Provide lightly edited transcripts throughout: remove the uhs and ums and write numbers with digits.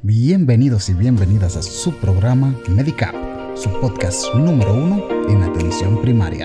Bienvenidos y bienvenidas a su programa Medicap, su podcast número 1 en atención primaria.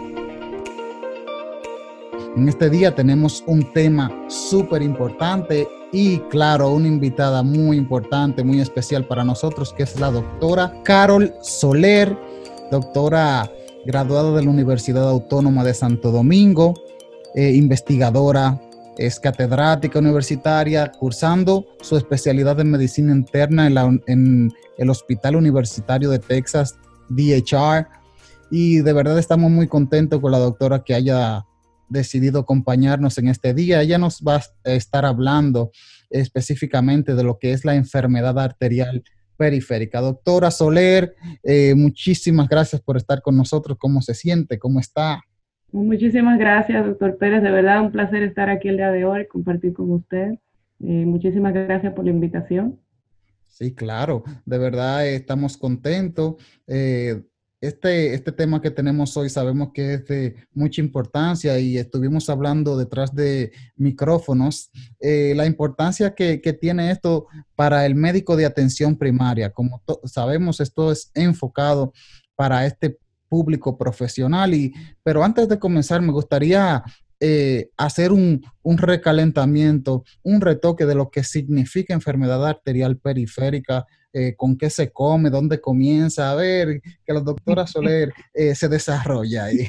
En este día tenemos un tema súper importante y claro, una invitada muy importante, muy especial para nosotros, que es la doctora Carol Soler, doctora graduada de la Universidad Autónoma de Santo Domingo, investigadora, es catedrática universitaria, cursando su especialidad en medicina interna en el Hospital Universitario de Texas, DHR, y de verdad estamos muy contentos con la doctora que haya decidido acompañarnos en este día. Ella nos va a estar hablando específicamente de lo que es la enfermedad arterial periférica. Doctora Soler, muchísimas gracias por estar con nosotros. ¿Cómo se siente? ¿Cómo está? Muchísimas gracias, doctor Pérez. De verdad, un placer estar aquí el día de hoy, compartir con usted. Muchísimas gracias por la invitación. Sí, claro, de verdad estamos contentos. Eh, este tema que tenemos hoy sabemos que es de mucha importancia y estuvimos hablando detrás de micrófonos, la importancia que tiene esto para el médico de atención primaria. Como sabemos, esto es enfocado para este público profesional, pero antes de comenzar me gustaría hacer un recalentamiento, un retoque de lo que significa enfermedad arterial periférica, con qué se come, dónde comienza, a ver, que la doctora Soler se desarrolla ahí.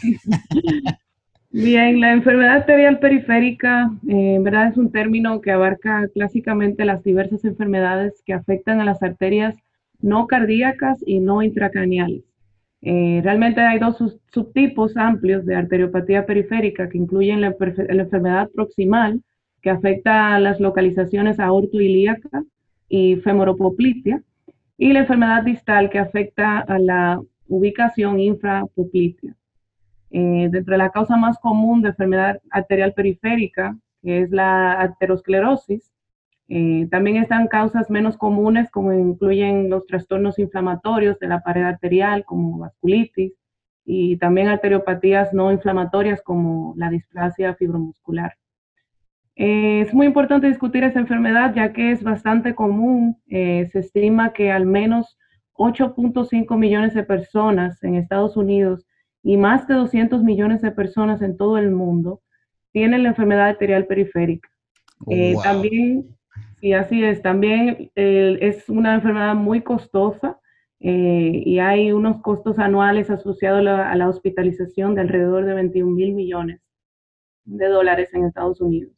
Bien, la enfermedad arterial periférica, en verdad es un término que abarca clásicamente las diversas enfermedades que afectan a las arterias no cardíacas y no intracraneales. Realmente hay dos subtipos amplios de arteriopatía periférica que incluyen la enfermedad proximal, que afecta a las localizaciones aortoilíaca y femoropoplitea, y la enfermedad distal, que afecta a la ubicación infrapoplitea. Dentro de la causa más común de enfermedad arterial periférica, que es la aterosclerosis, también están causas menos comunes, como incluyen los trastornos inflamatorios de la pared arterial, como vasculitis, y también arteriopatías no inflamatorias, como la displasia fibromuscular. Es muy importante discutir esta enfermedad, ya que es bastante común. Se estima que al menos 8.5 millones de personas en Estados Unidos y más de 200 millones de personas en todo el mundo tienen la enfermedad arterial periférica. Wow. También, sí, así es, también es una enfermedad muy costosa, y hay unos costos anuales asociados a la hospitalización de alrededor de 21 mil millones de dólares en Estados Unidos.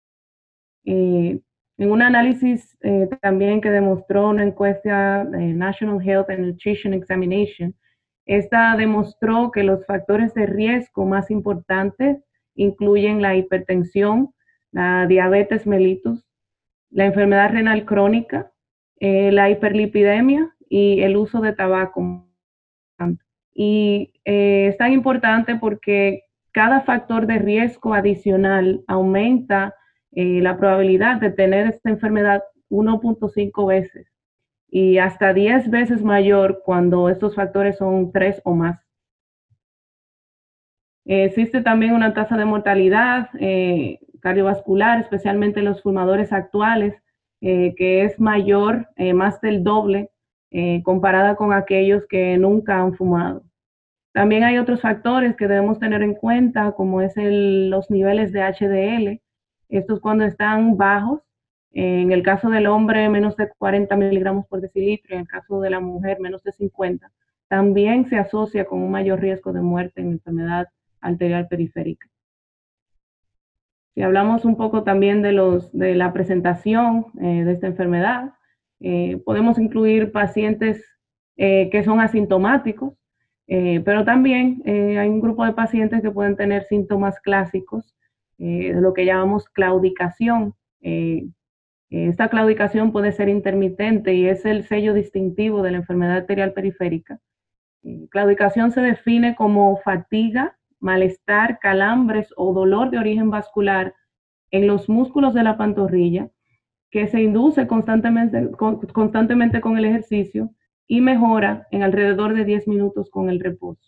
Eh, en un análisis también que demostró una encuesta, National Health and Nutrition Examination, esta demostró que los factores de riesgo más importantes incluyen la hipertensión, la diabetes mellitus, la enfermedad renal crónica, la hiperlipidemia y el uso de tabaco. Y es tan importante porque cada factor de riesgo adicional aumenta la probabilidad de tener esta enfermedad 1.5 veces y hasta 10 veces mayor cuando estos factores son 3 o más. Existe también una tasa de mortalidad cardiovascular, especialmente en los fumadores actuales, que es mayor, más del doble, comparada con aquellos que nunca han fumado. También hay otros factores que debemos tener en cuenta, como es los niveles de HDL. Estos cuando están bajos, en el caso del hombre menos de 40 miligramos por decilitro, en el caso de la mujer menos de 50, también se asocia con un mayor riesgo de muerte en enfermedad arterial periférica. Si hablamos un poco también de la presentación de esta enfermedad, podemos incluir pacientes que son asintomáticos, pero también hay un grupo de pacientes que pueden tener síntomas clásicos de lo que llamamos claudicación. Esta claudicación puede ser intermitente y es el sello distintivo de la enfermedad arterial periférica. Claudicación se define como fatiga, malestar, calambres o dolor de origen vascular en los músculos de la pantorrilla que se induce constantemente con el ejercicio y mejora en alrededor de 10 minutos con el reposo.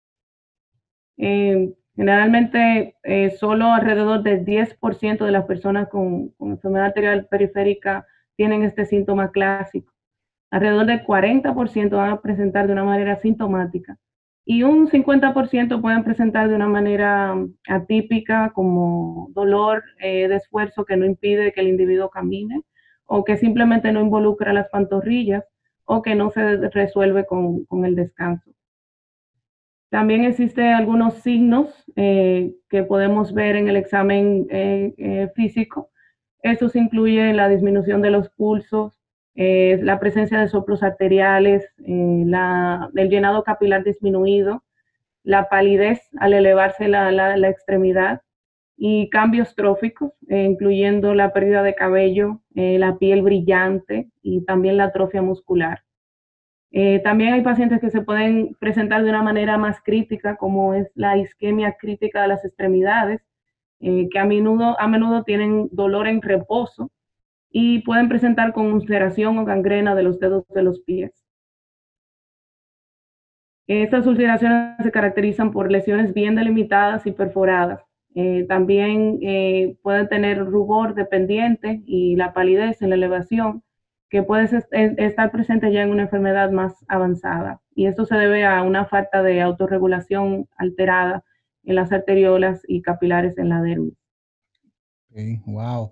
Generalmente solo alrededor del 10% de las personas con enfermedad arterial periférica tienen este síntoma clásico. Alrededor del 40% van a presentar de una manera sintomática y un 50% pueden presentar de una manera atípica, como dolor de esfuerzo que no impide que el individuo camine, o que simplemente no involucra las pantorrillas, o que no se resuelve con el descanso. También existen algunos signos que podemos ver en el examen físico. Estos incluyen la disminución de los pulsos, la presencia de soplos arteriales, el llenado capilar disminuido, la palidez al elevarse la extremidad y cambios tróficos, incluyendo la pérdida de cabello, la piel brillante y también la atrofia muscular. También hay pacientes que se pueden presentar de una manera más crítica, como es la isquemia crítica de las extremidades, que a menudo tienen dolor en reposo y pueden presentar con ulceración o gangrena de los dedos de los pies. Estas ulceraciones se caracterizan por lesiones bien delimitadas y perforadas. También pueden tener rubor dependiente y la palidez en la elevación, que puede estar presente ya en una enfermedad más avanzada. Y esto se debe a una falta de autorregulación alterada en las arteriolas y capilares en la dermis. Okay, wow.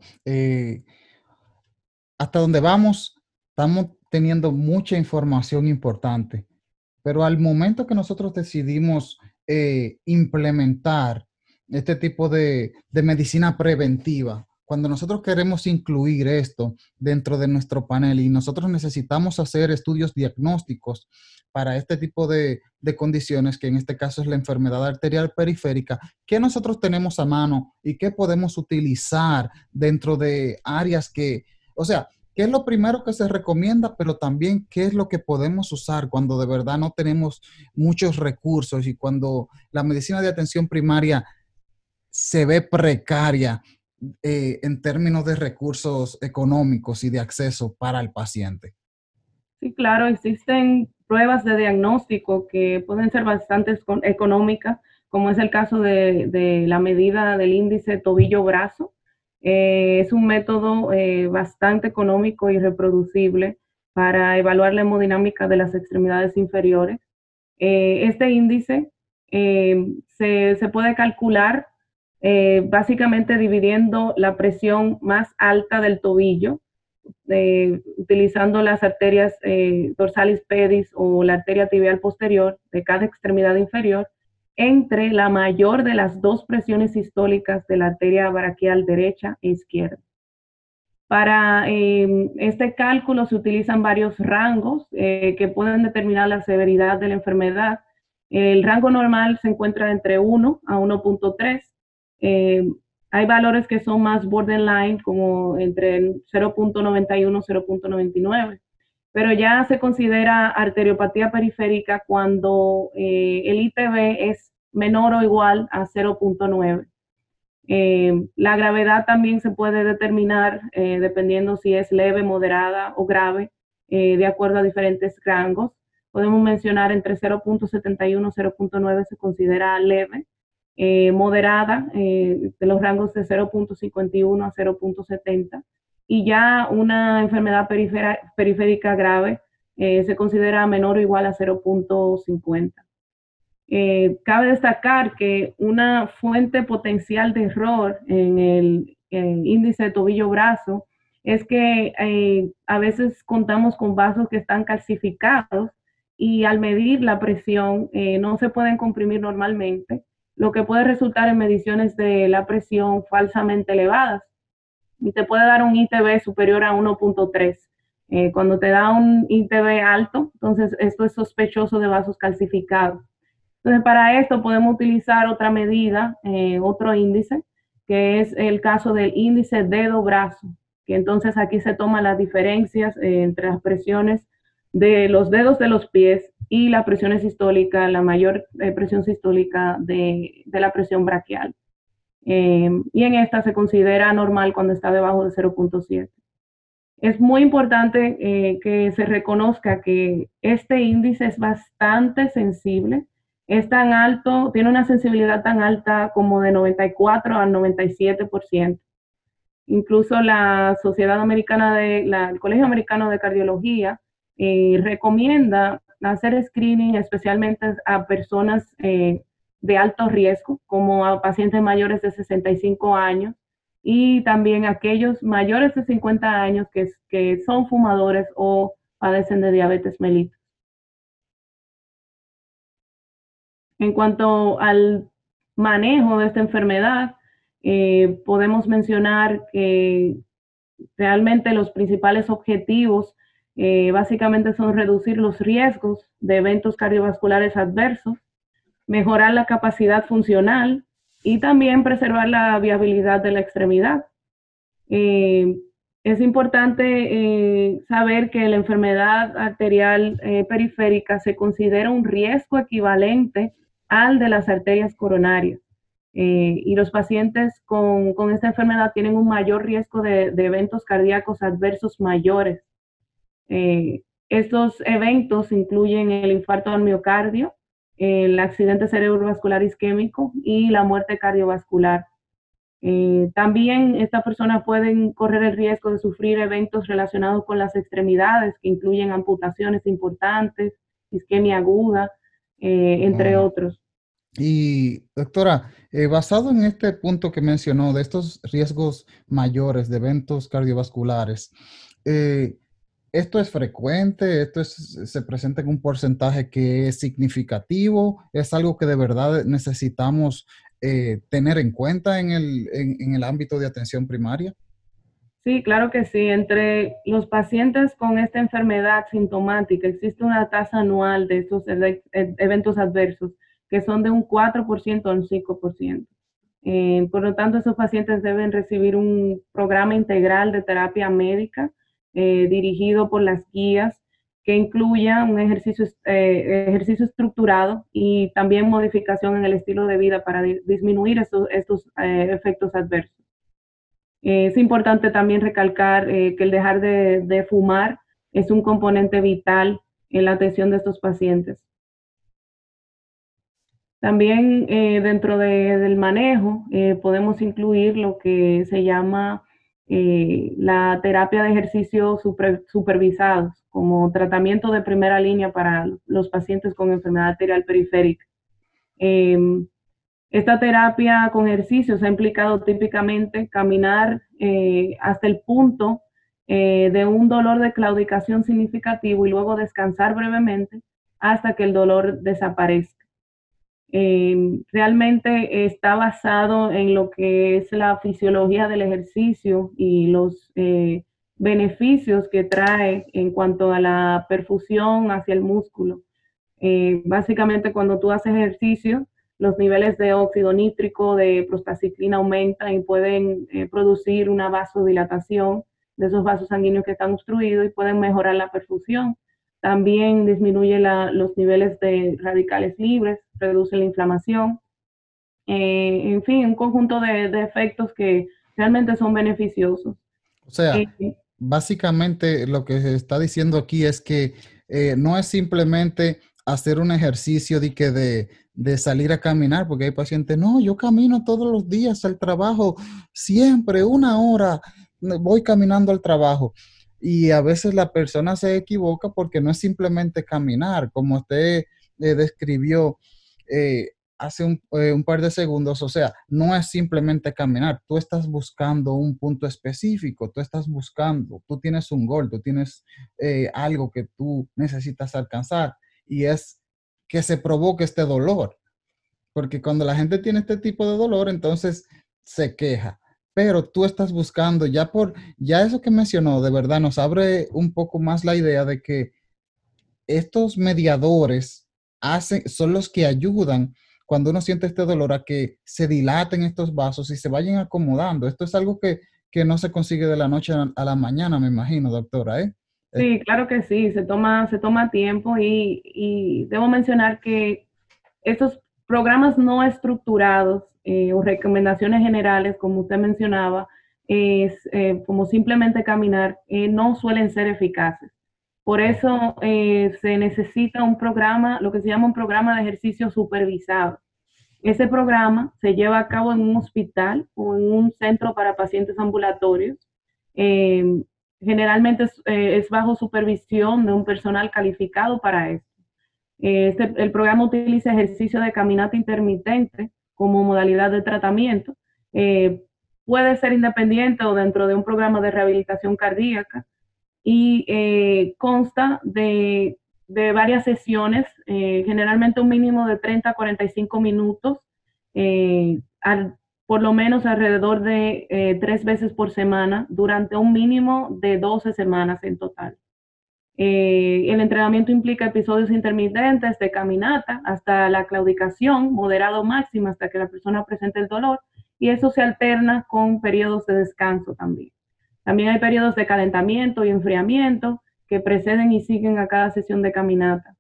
Hasta donde vamos, estamos teniendo mucha información importante, pero al momento que nosotros decidimos implementar este tipo de medicina preventiva, cuando nosotros queremos incluir esto dentro de nuestro panel y nosotros necesitamos hacer estudios diagnósticos para este tipo de condiciones, que en este caso es la enfermedad arterial periférica, ¿qué nosotros tenemos a mano y qué podemos utilizar dentro de áreas que, o sea, qué es lo primero que se recomienda, pero también qué es lo que podemos usar cuando de verdad no tenemos muchos recursos y cuando la medicina de atención primaria se ve precaria en términos de recursos económicos y de acceso para el paciente? Sí, claro, existen pruebas de diagnóstico que pueden ser bastante económicas, como es el caso de la medida del índice tobillo-brazo. Es un método bastante económico y reproducible para evaluar la hemodinámica de las extremidades inferiores. Este índice se puede calcular básicamente dividiendo la presión más alta del tobillo, utilizando las arterias dorsalis pedis o la arteria tibial posterior de cada extremidad inferior, entre la mayor de las dos presiones sistólicas de la arteria braquial derecha e izquierda. Para este cálculo se utilizan varios rangos que pueden determinar la severidad de la enfermedad. El rango normal se encuentra entre 1 a 1.3. Hay valores que son más borderline, como entre 0.91 y 0.99. Pero ya se considera arteriopatía periférica cuando el ITB es menor o igual a 0.9. La gravedad también se puede determinar dependiendo si es leve, moderada o grave, de acuerdo a diferentes rangos. Podemos mencionar entre 0.71 y 0.9 se considera leve, moderada, de los rangos de 0.51 a 0.70, y ya una enfermedad periférica grave se considera menor o igual a 0.50. Cabe destacar que una fuente potencial de error en el índice de tobillo-brazo es que a veces contamos con vasos que están calcificados y al medir la presión no se pueden comprimir normalmente, lo que puede resultar en mediciones de la presión falsamente elevadas y te puede dar un ITB superior a 1.3. Cuando te da un ITB alto, entonces esto es sospechoso de vasos calcificados. Entonces, para esto podemos utilizar otra medida, otro índice, que es el caso del índice dedo-brazo, que entonces aquí se toman las diferencias entre las presiones de los dedos de los pies y la presión sistólica, la mayor presión sistólica de la presión braquial. Y en esta se considera normal cuando está debajo de 0.7. Es muy importante que se reconozca que este índice es bastante sensible, es tan alto, tiene una sensibilidad tan alta como de 94 al 97%. Incluso la Sociedad Americana el Colegio Americano de Cardiología recomienda hacer screening especialmente a personas de alto riesgo, como a pacientes mayores de 65 años y también aquellos mayores de 50 años que son fumadores o padecen de diabetes mellitus. En cuanto al manejo de esta enfermedad, podemos mencionar que realmente los principales objetivos básicamente son reducir los riesgos de eventos cardiovasculares adversos, mejorar la capacidad funcional y también preservar la viabilidad de la extremidad. Es importante saber que la enfermedad arterial periférica se considera un riesgo equivalente al de las arterias coronarias. Y los pacientes con esta enfermedad tienen un mayor riesgo de eventos cardíacos adversos mayores. Estos eventos incluyen el infarto al miocardio, el accidente cerebrovascular isquémico y la muerte cardiovascular. También estas personas pueden correr el riesgo de sufrir eventos relacionados con las extremidades, que incluyen amputaciones importantes, isquemia aguda, entre otros. Y doctora, basado en este punto que mencionó de estos riesgos mayores de eventos cardiovasculares, ¿esto es frecuente? ¿Se presenta en un porcentaje que es significativo? ¿Es algo que de verdad necesitamos tener en cuenta en el ámbito de atención primaria? Sí, claro que sí. Entre los pacientes con esta enfermedad sintomática existe una tasa anual de estos eventos adversos que son de un 4% a un 5%. Por lo tanto, esos pacientes deben recibir un programa integral de terapia médica dirigido por las guías que incluya un ejercicio estructurado y también modificación en el estilo de vida para disminuir estos efectos adversos. Es importante también recalcar que el dejar de fumar es un componente vital en la atención de estos pacientes. También dentro del manejo podemos incluir lo que se llama la terapia de ejercicios supervisados como tratamiento de primera línea para los pacientes con enfermedad arterial periférica. Esta terapia con ejercicios ha implicado típicamente caminar hasta el punto de un dolor de claudicación significativo y luego descansar brevemente hasta que el dolor desaparezca. Realmente está basado en lo que es la fisiología del ejercicio y los beneficios que trae en cuanto a la perfusión hacia el músculo. Básicamente cuando tú haces ejercicio, los niveles de óxido nítrico, de prostaciclina aumentan y pueden producir una vasodilatación de esos vasos sanguíneos que están obstruidos y pueden mejorar la perfusión. También disminuye los niveles de radicales libres, reduce la inflamación. En fin, un conjunto de efectos que realmente son beneficiosos. O sea, básicamente lo que se está diciendo aquí es que no es simplemente hacer un ejercicio de salir a caminar, porque hay pacientes, no, yo camino todos los días al trabajo, siempre, 1 hora, voy caminando al trabajo. Y a veces la persona se equivoca porque no es simplemente caminar, como usted describió hace un par de segundos. O sea, no es simplemente caminar, tú estás buscando un punto específico, tú tienes un gol, tú tienes algo que tú necesitas alcanzar y es que se provoque este dolor, porque cuando la gente tiene este tipo de dolor, entonces se queja. Pero tú estás buscando, ya eso que mencionó, de verdad nos abre un poco más la idea de que estos mediadores son los que ayudan cuando uno siente este dolor a que se dilaten estos vasos y se vayan acomodando. Esto es algo que no se consigue de la noche a la mañana, me imagino, doctora, ¿eh? Sí, claro que sí, se toma tiempo y debo mencionar que estos programas no estructurados o recomendaciones generales, como usted mencionaba, como simplemente caminar, no suelen ser eficaces. Por eso se necesita un programa, lo que se llama un programa de ejercicio supervisado. Ese programa se lleva a cabo en un hospital o en un centro para pacientes ambulatorios. Eh, Generalmente es bajo supervisión de un personal calificado para esto. El programa utiliza ejercicio de caminata intermitente como modalidad de tratamiento. Eh, Puede ser independiente o dentro de un programa de rehabilitación cardíaca y consta de varias sesiones, generalmente un mínimo de 30 a 45 minutos, eh, al, por lo menos alrededor de 3 veces por semana, durante un mínimo de 12 semanas en total. El entrenamiento implica episodios intermitentes de caminata hasta la claudicación, moderado máxima hasta que la persona presente el dolor, y eso se alterna con periodos de descanso también. También hay periodos de calentamiento y enfriamiento que preceden y siguen a cada sesión de caminata.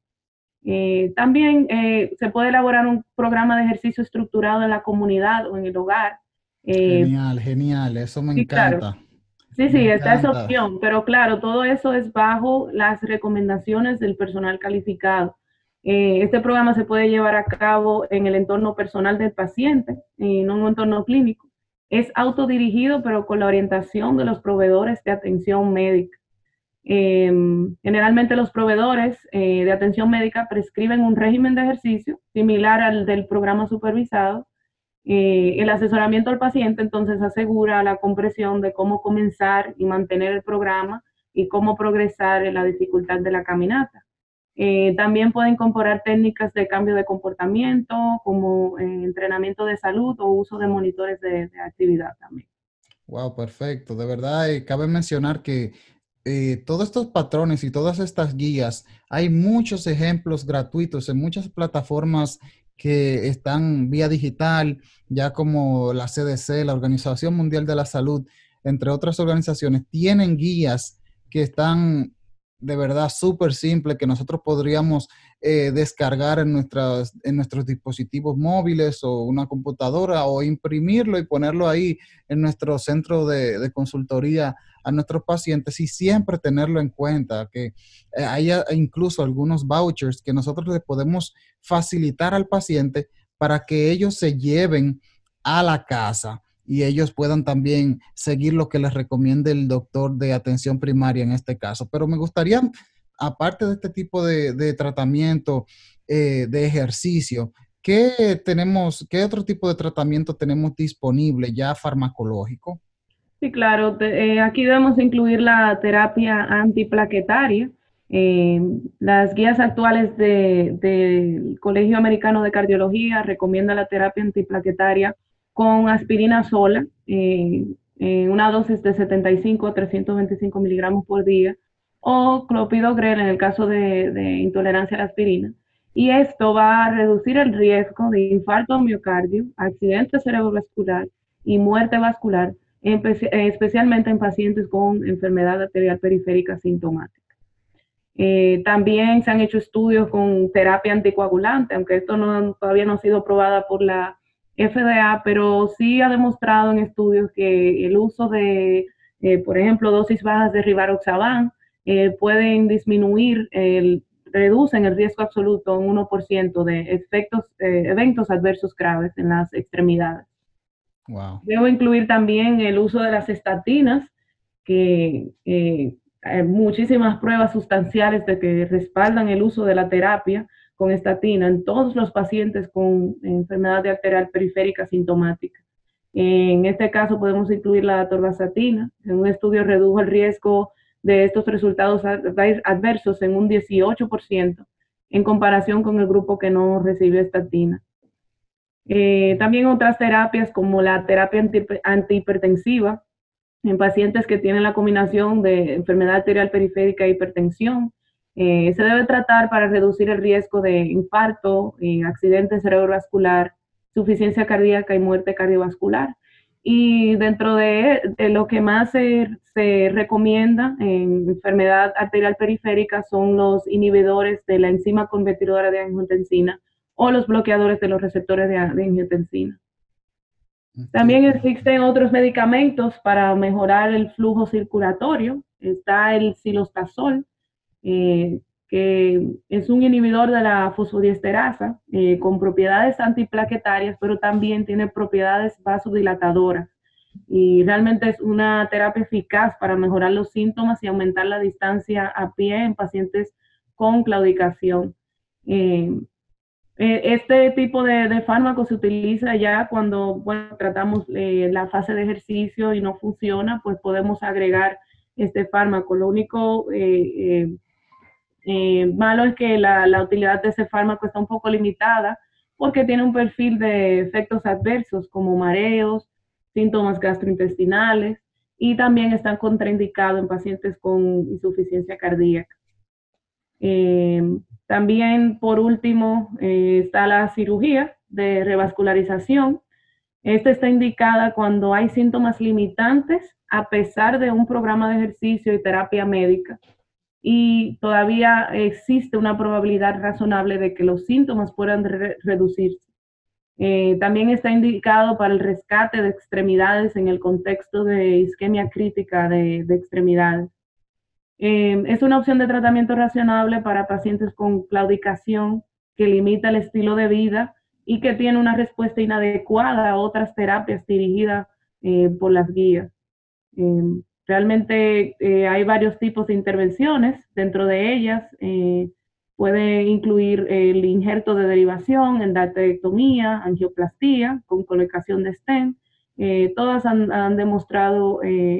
También se puede elaborar un programa de ejercicio estructurado en la comunidad o en el hogar. Genial, genial, eso me Sí, claro. encanta, Sí, me sí, está esa encanta. opción, pero claro, todo eso es bajo las recomendaciones del personal calificado. Este programa se puede llevar a cabo en el entorno personal del paciente, no en un entorno clínico. Es autodirigido, pero con la orientación de los proveedores de atención médica. Eh, Generalmente los proveedores de atención médica prescriben un régimen de ejercicio similar al del programa supervisado. El asesoramiento al paciente entonces asegura la comprensión de cómo comenzar y mantener el programa y cómo progresar en la dificultad de la caminata. También puede incorporar técnicas de cambio de comportamiento como entrenamiento de salud o uso de monitores de actividad también. Wow, perfecto. De verdad, cabe mencionar que todos estos patrones y todas estas guías, hay muchos ejemplos gratuitos en muchas plataformas que están vía digital, ya como la CDC, la Organización Mundial de la Salud, entre otras organizaciones, tienen guías que están de verdad súper simples que nosotros podríamos descargar en nuestros dispositivos móviles o una computadora o imprimirlo y ponerlo ahí en nuestro centro de consultoría a nuestros pacientes y siempre tenerlo en cuenta, que haya incluso algunos vouchers que nosotros les podemos facilitar al paciente para que ellos se lleven a la casa y ellos puedan también seguir lo que les recomiende el doctor de atención primaria en este caso. Pero me gustaría, aparte de este tipo de tratamiento, de ejercicio, qué otro tipo de tratamiento tenemos disponible ya farmacológico? Sí, claro. Aquí debemos incluir la terapia antiplaquetaria. Eh, las guías actuales del Colegio Americano de Cardiología recomiendan la terapia antiplaquetaria con aspirina sola, una dosis de 75 a 325 miligramos por día, o clopidogrel en el caso de intolerancia a la aspirina. Y esto va a reducir el riesgo de infarto miocardio, accidente cerebrovascular y muerte vascular, especialmente en pacientes con enfermedad arterial periférica sintomática. También se han hecho estudios con terapia anticoagulante, aunque esto todavía no ha sido probada por la FDA, pero sí ha demostrado en estudios que el uso de, por ejemplo, dosis bajas de rivaroxaban pueden disminuir, reducen el riesgo absoluto en 1% de eventos adversos graves en las extremidades. Wow. Debo incluir también el uso de las estatinas, que hay muchísimas pruebas sustanciales de que respaldan el uso de la terapia con estatina en todos los pacientes con enfermedad de arterial periférica sintomática. En este caso podemos incluir la atorvastatina. En un estudio redujo el riesgo de estos resultados adversos en un 18% en comparación con el grupo que no recibió estatina. También otras terapias como la terapia antihipertensiva en pacientes que tienen la combinación de enfermedad arterial periférica e hipertensión. Se debe tratar para reducir el riesgo de infarto, accidente cerebrovascular, insuficiencia cardíaca y muerte cardiovascular. Y dentro de lo que más se recomienda en enfermedad arterial periférica son los inhibidores de la enzima convertidora de angiotensina o los bloqueadores de los receptores de angiotensina. Sí, También existen otros medicamentos para mejorar el flujo circulatorio. Está el cilostazol, que es un inhibidor de la fosfodiesterasa con propiedades antiplaquetarias, pero también tiene propiedades vasodilatadoras. Y realmente es una terapia eficaz para mejorar los síntomas y aumentar la distancia a pie en pacientes con claudicación. Este tipo de fármaco se utiliza ya cuando tratamos la fase de ejercicio y no funciona, pues podemos agregar este fármaco. Lo único malo es que la utilidad de ese fármaco está un poco limitada porque tiene un perfil de efectos adversos como mareos, síntomas gastrointestinales y también están contraindicados en pacientes con insuficiencia cardíaca. También, por último, está la cirugía de revascularización. Esta está indicada cuando hay síntomas limitantes a pesar de un programa de ejercicio y terapia médica y todavía existe una probabilidad razonable de que los síntomas puedan reducirse. También está indicado para el rescate de extremidades en el contexto de isquemia crítica de extremidades. Es una opción de tratamiento razonable para pacientes con claudicación que limita el estilo de vida y que tiene una respuesta inadecuada a otras terapias dirigidas por las guías. Realmente hay varios tipos de intervenciones. Dentro de ellas puede incluir el injerto de derivación, endarterectomía, angioplastía con colocación de stent. Todas han demostrado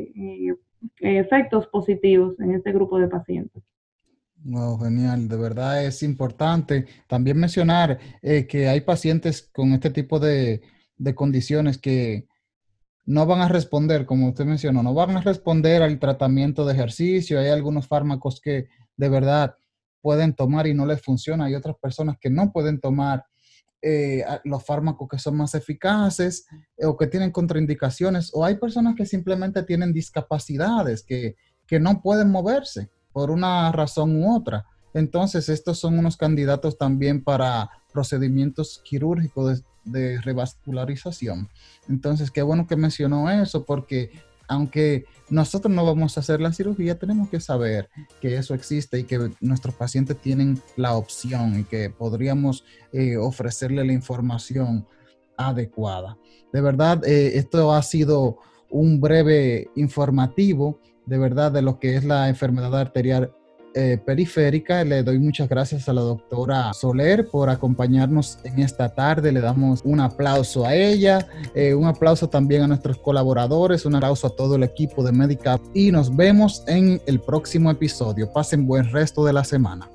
efectos positivos en este grupo de pacientes. Wow, genial, de verdad es importante también mencionar que hay pacientes con este tipo de condiciones que no van a responder, como usted mencionó, no van a responder al tratamiento de ejercicio. Hay algunos fármacos que de verdad pueden tomar y no les funciona. Hay otras personas que no pueden tomar los fármacos que son más eficaces o que tienen contraindicaciones, o hay personas que simplemente tienen discapacidades que no pueden moverse por una razón u otra. Entonces, estos son unos candidatos también para procedimientos quirúrgicos de revascularización. Entonces, qué bueno que mencionó eso, porque aunque nosotros no vamos a hacer la cirugía, tenemos que saber que eso existe y que nuestros pacientes tienen la opción y que podríamos ofrecerle la información adecuada. De verdad, esto ha sido un breve informativo, de verdad, de lo que es la enfermedad arterial periférica. Le doy muchas gracias a la doctora Soler por acompañarnos en esta tarde. Le damos un aplauso a ella, un aplauso también a nuestros colaboradores, un aplauso a todo el equipo de Medicap y nos vemos en el próximo episodio. Pasen buen resto de la semana.